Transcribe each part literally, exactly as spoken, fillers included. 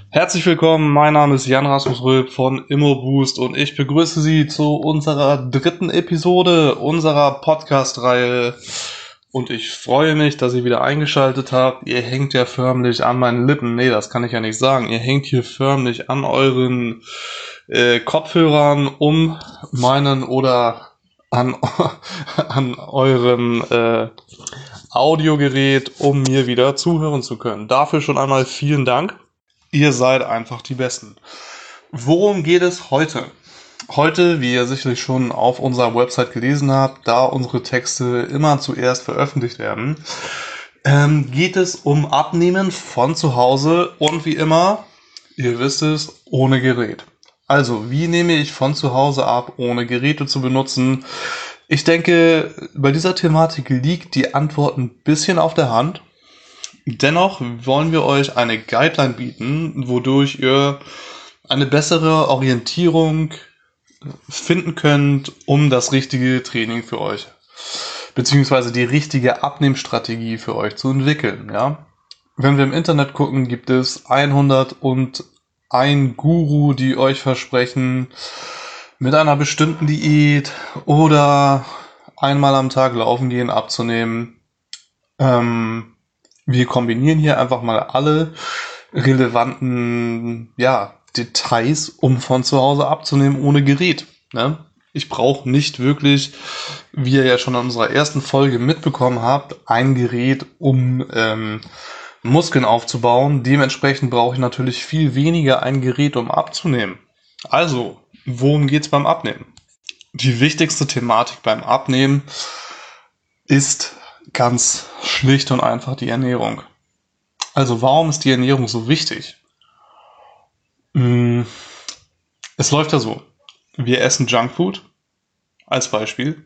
Herzlich willkommen, mein Name ist Jan Rasmus Röb von ImmoBoost und ich begrüße Sie zu unserer dritten Episode unserer Podcast-Reihe und ich freue mich, dass ihr wieder eingeschaltet habt. Ihr hängt ja förmlich an meinen Lippen, nee, das kann ich ja nicht sagen, ihr hängt hier förmlich an euren äh, Kopfhörern um meinen oder an, an eurem äh, Audiogerät, um mir wieder zuhören zu können. Dafür schon einmal vielen Dank. Ihr seid einfach die Besten. Worum geht es heute? Heute, wie ihr sicherlich schon auf unserer Website gelesen habt, da unsere Texte immer zuerst veröffentlicht werden, ähm, geht es um Abnehmen von zu Hause und wie immer, ihr wisst es, ohne Gerät. Also, wie nehme ich von zu Hause ab, ohne Geräte zu benutzen? Ich denke, bei dieser Thematik liegt die Antwort ein bisschen auf der Hand. Dennoch wollen wir euch eine Guideline bieten, wodurch ihr eine bessere Orientierung finden könnt, um das richtige Training für euch, beziehungsweise die richtige Abnehmstrategie für euch zu entwickeln. Ja? Wenn wir im Internet gucken, gibt es hundertundeins Guru, die euch versprechen, mit einer bestimmten Diät oder einmal am Tag laufen gehen abzunehmen. Ähm, Wir kombinieren hier einfach mal alle relevanten ja, Details, um von zu Hause abzunehmen ohne Gerät. Ne? Ich brauche nicht wirklich, wie ihr ja schon in unserer ersten Folge mitbekommen habt, ein Gerät, um ähm, Muskeln aufzubauen. Dementsprechend brauche ich natürlich viel weniger ein Gerät, um abzunehmen. Also, worum geht's beim Abnehmen? Die wichtigste Thematik beim Abnehmen ist ganz schlicht und einfach die Ernährung. Also warum ist die Ernährung so wichtig? Es läuft ja so. Wir essen Junkfood als Beispiel.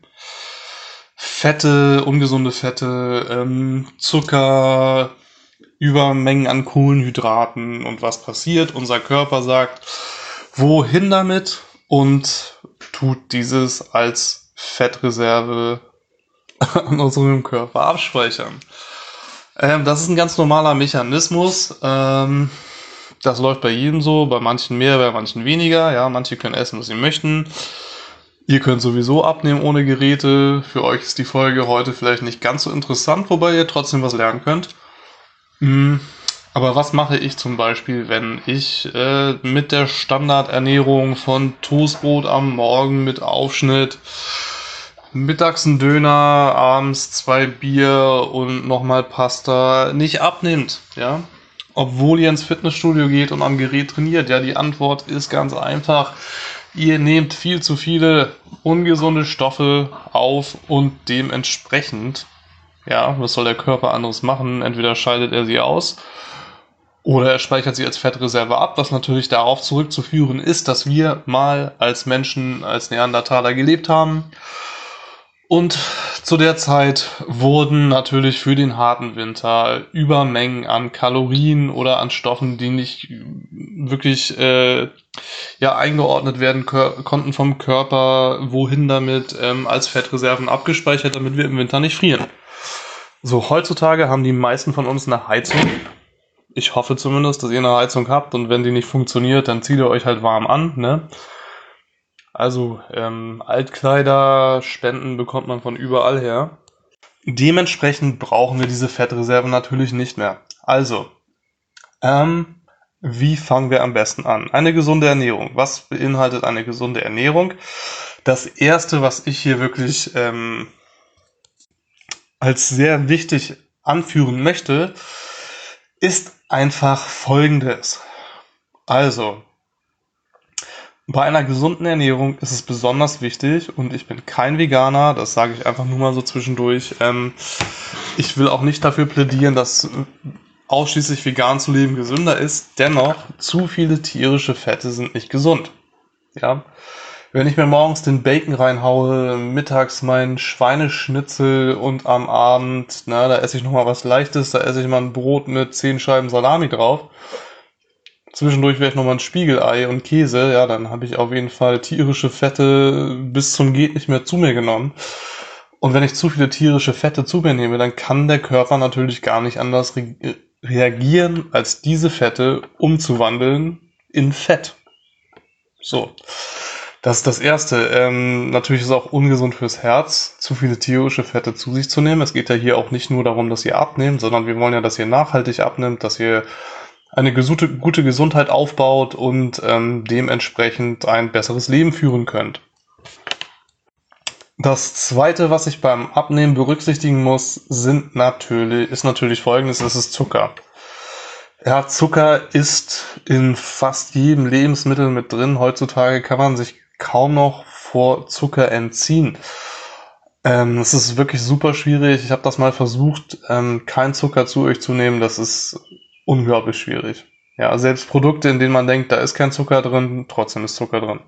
Fette, ungesunde Fette, ähm, Zucker, Übermengen an Kohlenhydraten und was passiert? Unser Körper sagt, wohin damit? Und tut dieses als Fettreserve an unserem Körper abspeichern. Ähm, das ist ein ganz normaler Mechanismus. Ähm, das läuft bei jedem so, bei manchen mehr, bei manchen weniger. Ja, manche können essen, was sie möchten. Ihr könnt sowieso abnehmen ohne Geräte. Für euch ist die Folge heute vielleicht nicht ganz so interessant, wobei ihr trotzdem was lernen könnt. Mhm. Aber was mache ich zum Beispiel, wenn ich äh, mit der Standardernährung von Toastbrot am Morgen mit Aufschnitt, mittags ein Döner, abends zwei Bier und nochmal Pasta nicht abnimmt, ja? Obwohl ihr ins Fitnessstudio geht und am Gerät trainiert, ja, die Antwort ist ganz einfach. Ihr nehmt viel zu viele ungesunde Stoffe auf und dementsprechend, ja, was soll der Körper anderes machen? Entweder scheidet er sie aus oder er speichert sie als Fettreserve ab, was natürlich darauf zurückzuführen ist, dass wir mal als Menschen, als Neandertaler gelebt haben. Und zu der Zeit wurden natürlich für den harten Winter Übermengen an Kalorien oder an Stoffen, die nicht wirklich äh, ja, eingeordnet werden kö- konnten vom Körper, wohin damit, ähm, als Fettreserven abgespeichert, damit wir im Winter nicht frieren. So, heutzutage haben die meisten von uns eine Heizung. Ich hoffe zumindest, dass ihr eine Heizung habt und wenn die nicht funktioniert, dann zieht ihr euch halt warm an, ne? Also ähm, Altkleider, Spenden bekommt man von überall her. Dementsprechend brauchen wir diese Fettreserven natürlich nicht mehr. Also, ähm, wie fangen wir am besten an? Eine gesunde Ernährung. Was beinhaltet eine gesunde Ernährung? Das Erste, was ich hier wirklich ähm, als sehr wichtig anführen möchte, ist einfach Folgendes. Also, bei einer gesunden Ernährung ist es besonders wichtig, und ich bin kein Veganer, das sage ich einfach nur mal so zwischendurch. Ähm, ich will auch nicht dafür plädieren, dass ausschließlich vegan zu leben gesünder ist. Dennoch, zu viele tierische Fette sind nicht gesund. Ja, wenn ich mir morgens den Bacon reinhaue, mittags mein Schweineschnitzel und am Abend, na, da esse ich nochmal was Leichtes, da esse ich mal ein Brot mit zehn Scheiben Salami drauf. Zwischendurch vielleicht nochmal ein Spiegelei und Käse, ja, dann habe ich auf jeden Fall tierische Fette bis zum geht nicht mehr zu mir genommen. Und wenn ich zu viele tierische Fette zu mir nehme, dann kann der Körper natürlich gar nicht anders re- reagieren, als diese Fette umzuwandeln in Fett. So, das ist das Erste. Ähm, natürlich ist es auch ungesund fürs Herz, zu viele tierische Fette zu sich zu nehmen. Es geht ja hier auch nicht nur darum, dass ihr abnehmt, sondern wir wollen ja, dass ihr nachhaltig abnimmt, dass ihr eine gute, gute Gesundheit aufbaut und ähm, dementsprechend ein besseres Leben führen könnt. Das Zweite, was ich beim Abnehmen berücksichtigen muss, sind natürlich, ist natürlich folgendes, das ist Zucker. Ja, Zucker ist in fast jedem Lebensmittel mit drin. Heutzutage kann man sich kaum noch vor Zucker entziehen. Ähm, es ist wirklich super schwierig. Ich habe das mal versucht, ähm, kein Zucker zu euch zu nehmen. Das ist unglaublich schwierig. Ja, selbst Produkte, in denen man denkt, da ist kein Zucker drin, trotzdem ist Zucker drin.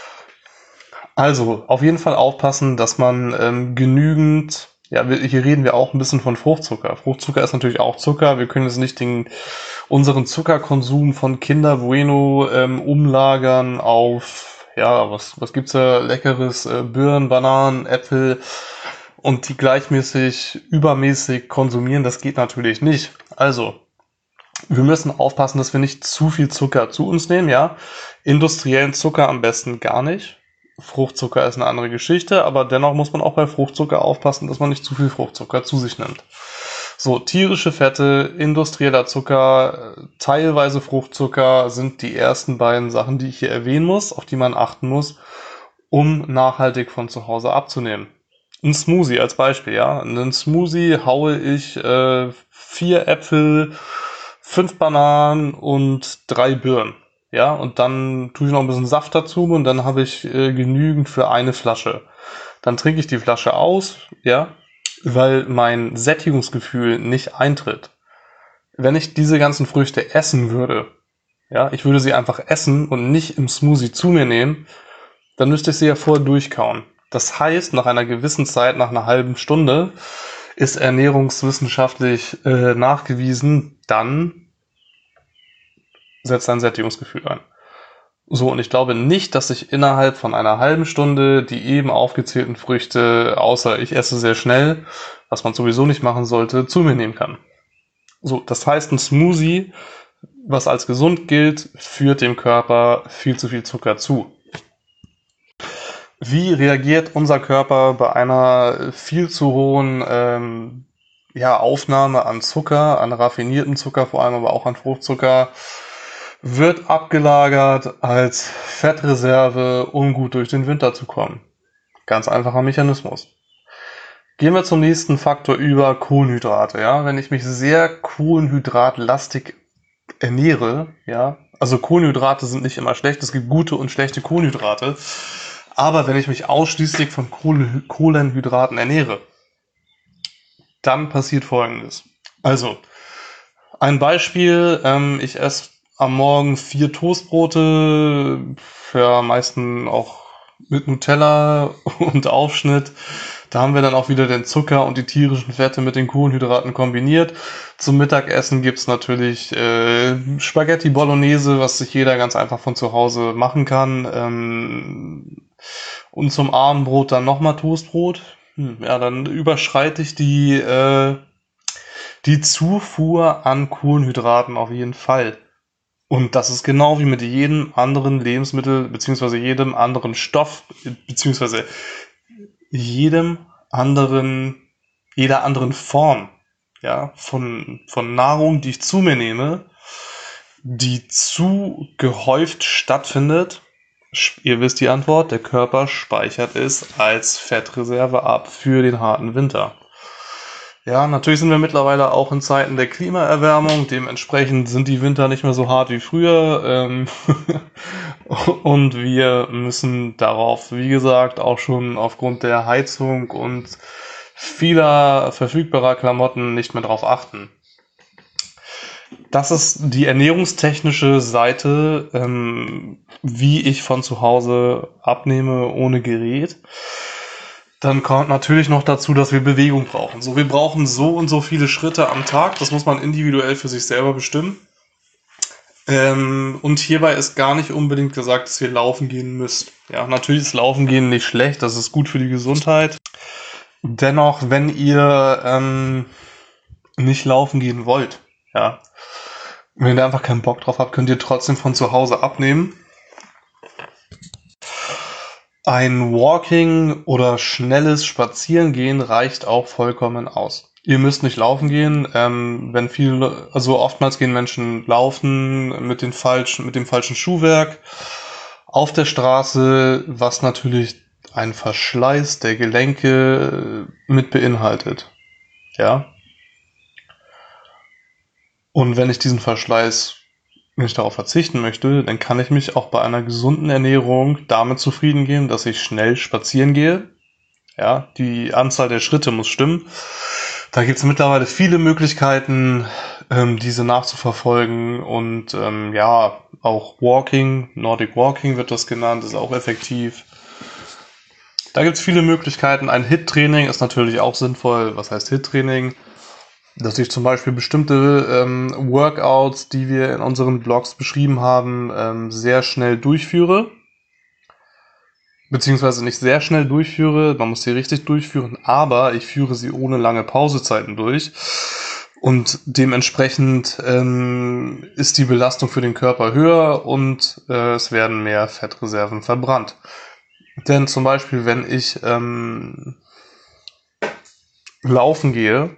Also, auf jeden Fall aufpassen, dass man ähm, genügend, ja, hier reden wir auch ein bisschen von Fruchtzucker. Fruchtzucker ist natürlich auch Zucker. Wir können jetzt nicht den, unseren Zuckerkonsum von Kinder Bueno ähm, umlagern auf, ja, was, was gibt's da Leckeres? Äh, Birnen, Bananen, Äpfel und die gleichmäßig, übermäßig konsumieren. Das geht natürlich nicht. Also, wir müssen aufpassen, dass wir nicht zu viel Zucker zu uns nehmen, ja. Industriellen Zucker am besten gar nicht. Fruchtzucker ist eine andere Geschichte, aber dennoch muss man auch bei Fruchtzucker aufpassen, dass man nicht zu viel Fruchtzucker zu sich nimmt. So, tierische Fette, industrieller Zucker, teilweise Fruchtzucker sind die ersten beiden Sachen, die ich hier erwähnen muss, auf die man achten muss, um nachhaltig von zu Hause abzunehmen. Ein Smoothie als Beispiel, ja. In einen Smoothie haue ich äh, vier Äpfel, fünf Bananen und drei Birnen. Ja, und dann tue ich noch ein bisschen Saft dazu und dann habe ich äh, genügend für eine Flasche. Dann trinke ich die Flasche aus, ja, weil mein Sättigungsgefühl nicht eintritt. Wenn ich diese ganzen Früchte essen würde, ja, ich würde sie einfach essen und nicht im Smoothie zu mir nehmen, dann müsste ich sie ja vorher durchkauen. Das heißt, nach einer gewissen Zeit, nach einer halben Stunde, ist ernährungswissenschaftlich äh, nachgewiesen, dann setzt ein Sättigungsgefühl ein. So, und ich glaube nicht, dass ich innerhalb von einer halben Stunde die eben aufgezählten Früchte, außer ich esse sehr schnell, was man sowieso nicht machen sollte, zu mir nehmen kann. So, das heißt, ein Smoothie, was als gesund gilt, führt dem Körper viel zu viel Zucker zu. Wie reagiert unser Körper bei einer viel zu hohen ähm, ja, Aufnahme an Zucker, an raffinierten Zucker, vor allem aber auch an Fruchtzucker? Wird abgelagert als Fettreserve, um gut durch den Winter zu kommen. Ganz einfacher Mechanismus. Gehen wir zum nächsten Faktor über, Kohlenhydrate. Ja, wenn ich mich sehr kohlenhydratlastig ernähre, ja, also Kohlenhydrate sind nicht immer schlecht, es gibt gute und schlechte Kohlenhydrate, aber wenn ich mich ausschließlich von Kohlenhydraten ernähre, dann passiert Folgendes. Also, ein Beispiel, ähm, ich esse am Morgen vier Toastbrote, ja, meistens auch mit Nutella und Aufschnitt. Da haben wir dann auch wieder den Zucker und die tierischen Fette mit den Kohlenhydraten kombiniert. Zum Mittagessen gibt's natürlich äh, Spaghetti Bolognese, was sich jeder ganz einfach von zu Hause machen kann. Ähm, und zum Abendbrot dann nochmal Toastbrot. Hm, ja, dann überschreite ich die, äh, die Zufuhr an Kohlenhydraten auf jeden Fall. Und das ist genau wie mit jedem anderen Lebensmittel, beziehungsweise jedem anderen Stoff, beziehungsweise jedem anderen, jeder anderen Form, ja, von, von Nahrung, die ich zu mir nehme, die zu gehäuft stattfindet. Ihr wisst die Antwort, der Körper speichert es als Fettreserve ab für den harten Winter. Ja, natürlich sind wir mittlerweile auch in Zeiten der Klimaerwärmung, dementsprechend sind die Winter nicht mehr so hart wie früher ähm und wir müssen darauf, wie gesagt, auch schon aufgrund der Heizung und vieler verfügbarer Klamotten nicht mehr drauf achten. Das ist die ernährungstechnische Seite, ähm, wie ich von zu Hause abnehme ohne Gerät. Dann kommt natürlich noch dazu, dass wir Bewegung brauchen. So, wir brauchen so und so viele Schritte am Tag. Das muss man individuell für sich selber bestimmen. Ähm, und hierbei ist gar nicht unbedingt gesagt, dass ihr laufen gehen müsst. Ja, natürlich ist Laufen gehen nicht schlecht. Das ist gut für die Gesundheit. Dennoch, wenn ihr ähm, nicht laufen gehen wollt, Ja. Wenn ihr einfach keinen Bock drauf habt, könnt ihr trotzdem von zu Hause abnehmen. Ein Walking oder schnelles Spazierengehen reicht auch vollkommen aus. Ihr müsst nicht laufen gehen. Ähm, wenn viele, also oftmals gehen Menschen laufen mit den falschen, mit dem falschen Schuhwerk auf der Straße, was natürlich einen Verschleiß der Gelenke mit beinhaltet. Ja. Und wenn ich diesen Verschleiß, wenn ich darauf verzichten möchte, dann kann ich mich auch bei einer gesunden Ernährung damit zufrieden geben, dass ich schnell spazieren gehe. Ja, die Anzahl der Schritte muss stimmen. Da gibt es mittlerweile viele Möglichkeiten, ähm, diese nachzuverfolgen. Und ähm, ja, auch Walking, Nordic Walking wird das genannt, ist auch effektiv. Da gibt es viele Möglichkeiten. Ein HIIT-Training ist natürlich auch sinnvoll. Was heißt HIIT-Training? Dass ich zum Beispiel bestimmte ähm, Workouts, die wir in unseren Blogs beschrieben haben, ähm, sehr schnell durchführe. Beziehungsweise nicht sehr schnell durchführe, man muss sie richtig durchführen, aber ich führe sie ohne lange Pausezeiten durch. Und dementsprechend ähm, ist die Belastung für den Körper höher und äh, es werden mehr Fettreserven verbrannt. Denn zum Beispiel, wenn ich ähm, laufen gehe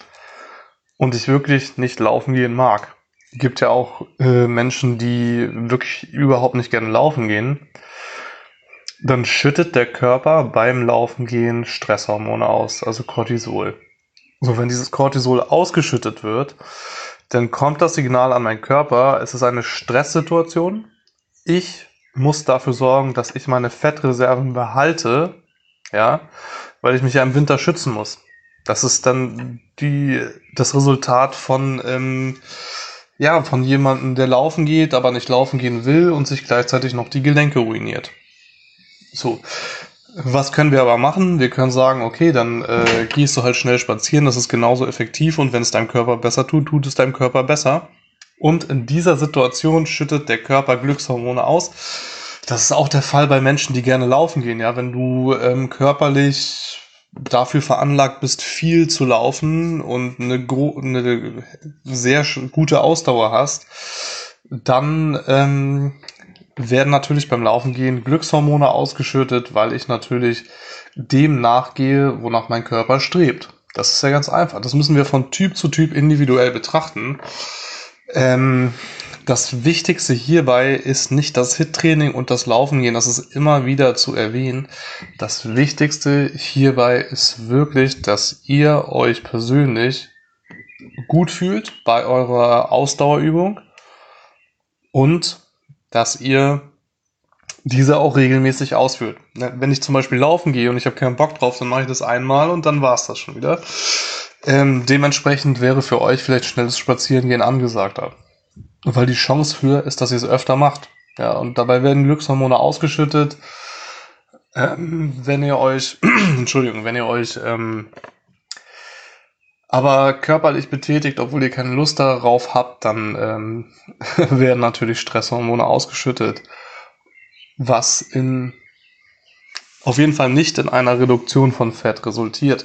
und ich wirklich nicht laufen gehen mag, gibt ja auch äh, Menschen, die wirklich überhaupt nicht gerne laufen gehen, dann schüttet der Körper beim Laufen gehen Stresshormone aus, also Cortisol. So, wenn dieses Cortisol ausgeschüttet wird, dann kommt das Signal an meinen Körper, es ist eine Stresssituation. Ich muss dafür sorgen, dass ich meine Fettreserven behalte, ja, weil ich mich ja im Winter schützen muss. Das ist dann die, das Resultat von, ähm, ja, von jemandem, der laufen geht, aber nicht laufen gehen will und sich gleichzeitig noch die Gelenke ruiniert. So, was können wir aber machen? Wir können sagen, okay, dann äh, gehst du halt schnell spazieren, das ist genauso effektiv und wenn es deinem Körper besser tut, tut es deinem Körper besser. Und in dieser Situation schüttet der Körper Glückshormone aus. Das ist auch der Fall bei Menschen, die gerne laufen gehen. Ja, wenn du ähm, körperlich dafür veranlagt bist, viel zu laufen und eine, gro- eine sehr gute Ausdauer hast, dann ähm, werden natürlich beim Laufen gehen Glückshormone ausgeschüttet, weil ich natürlich dem nachgehe, wonach mein Körper strebt. Das ist ja ganz einfach. Das müssen wir von Typ zu Typ individuell betrachten. Ähm, das Wichtigste hierbei ist nicht das HIIT-Training und das Laufen gehen. Das ist immer wieder zu erwähnen. Das Wichtigste hierbei ist wirklich, dass ihr euch persönlich gut fühlt bei eurer Ausdauerübung und dass ihr diese auch regelmäßig ausführt. Wenn ich zum Beispiel laufen gehe und ich habe keinen Bock drauf, dann mache ich das einmal und dann war es das schon wieder. Ähm, dementsprechend wäre für euch vielleicht schnelles Spazierengehen angesagter. Weil die Chance höher ist, dass ihr es öfter macht. Ja, und dabei werden Glückshormone ausgeschüttet. Ähm, wenn ihr euch, Entschuldigung, wenn ihr euch ähm, aber körperlich betätigt, obwohl ihr keine Lust darauf habt, dann ähm, werden natürlich Stresshormone ausgeschüttet. Was in auf jeden Fall nicht in einer Reduktion von Fett resultiert.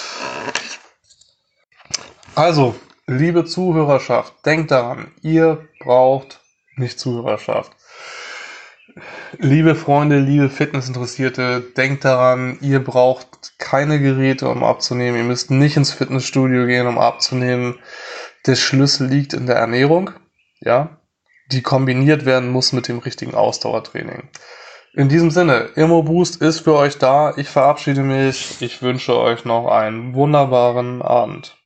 Also, liebe Zuhörerschaft, denkt daran, ihr braucht nicht Zuhörerschaft. Liebe Freunde, liebe Fitnessinteressierte, denkt daran, ihr braucht keine Geräte, um abzunehmen. Ihr müsst nicht ins Fitnessstudio gehen, um abzunehmen. Der Schlüssel liegt in der Ernährung, ja, die kombiniert werden muss mit dem richtigen Ausdauertraining. In diesem Sinne, ImmoBoost ist für euch da. Ich verabschiede mich. Ich wünsche euch noch einen wunderbaren Abend.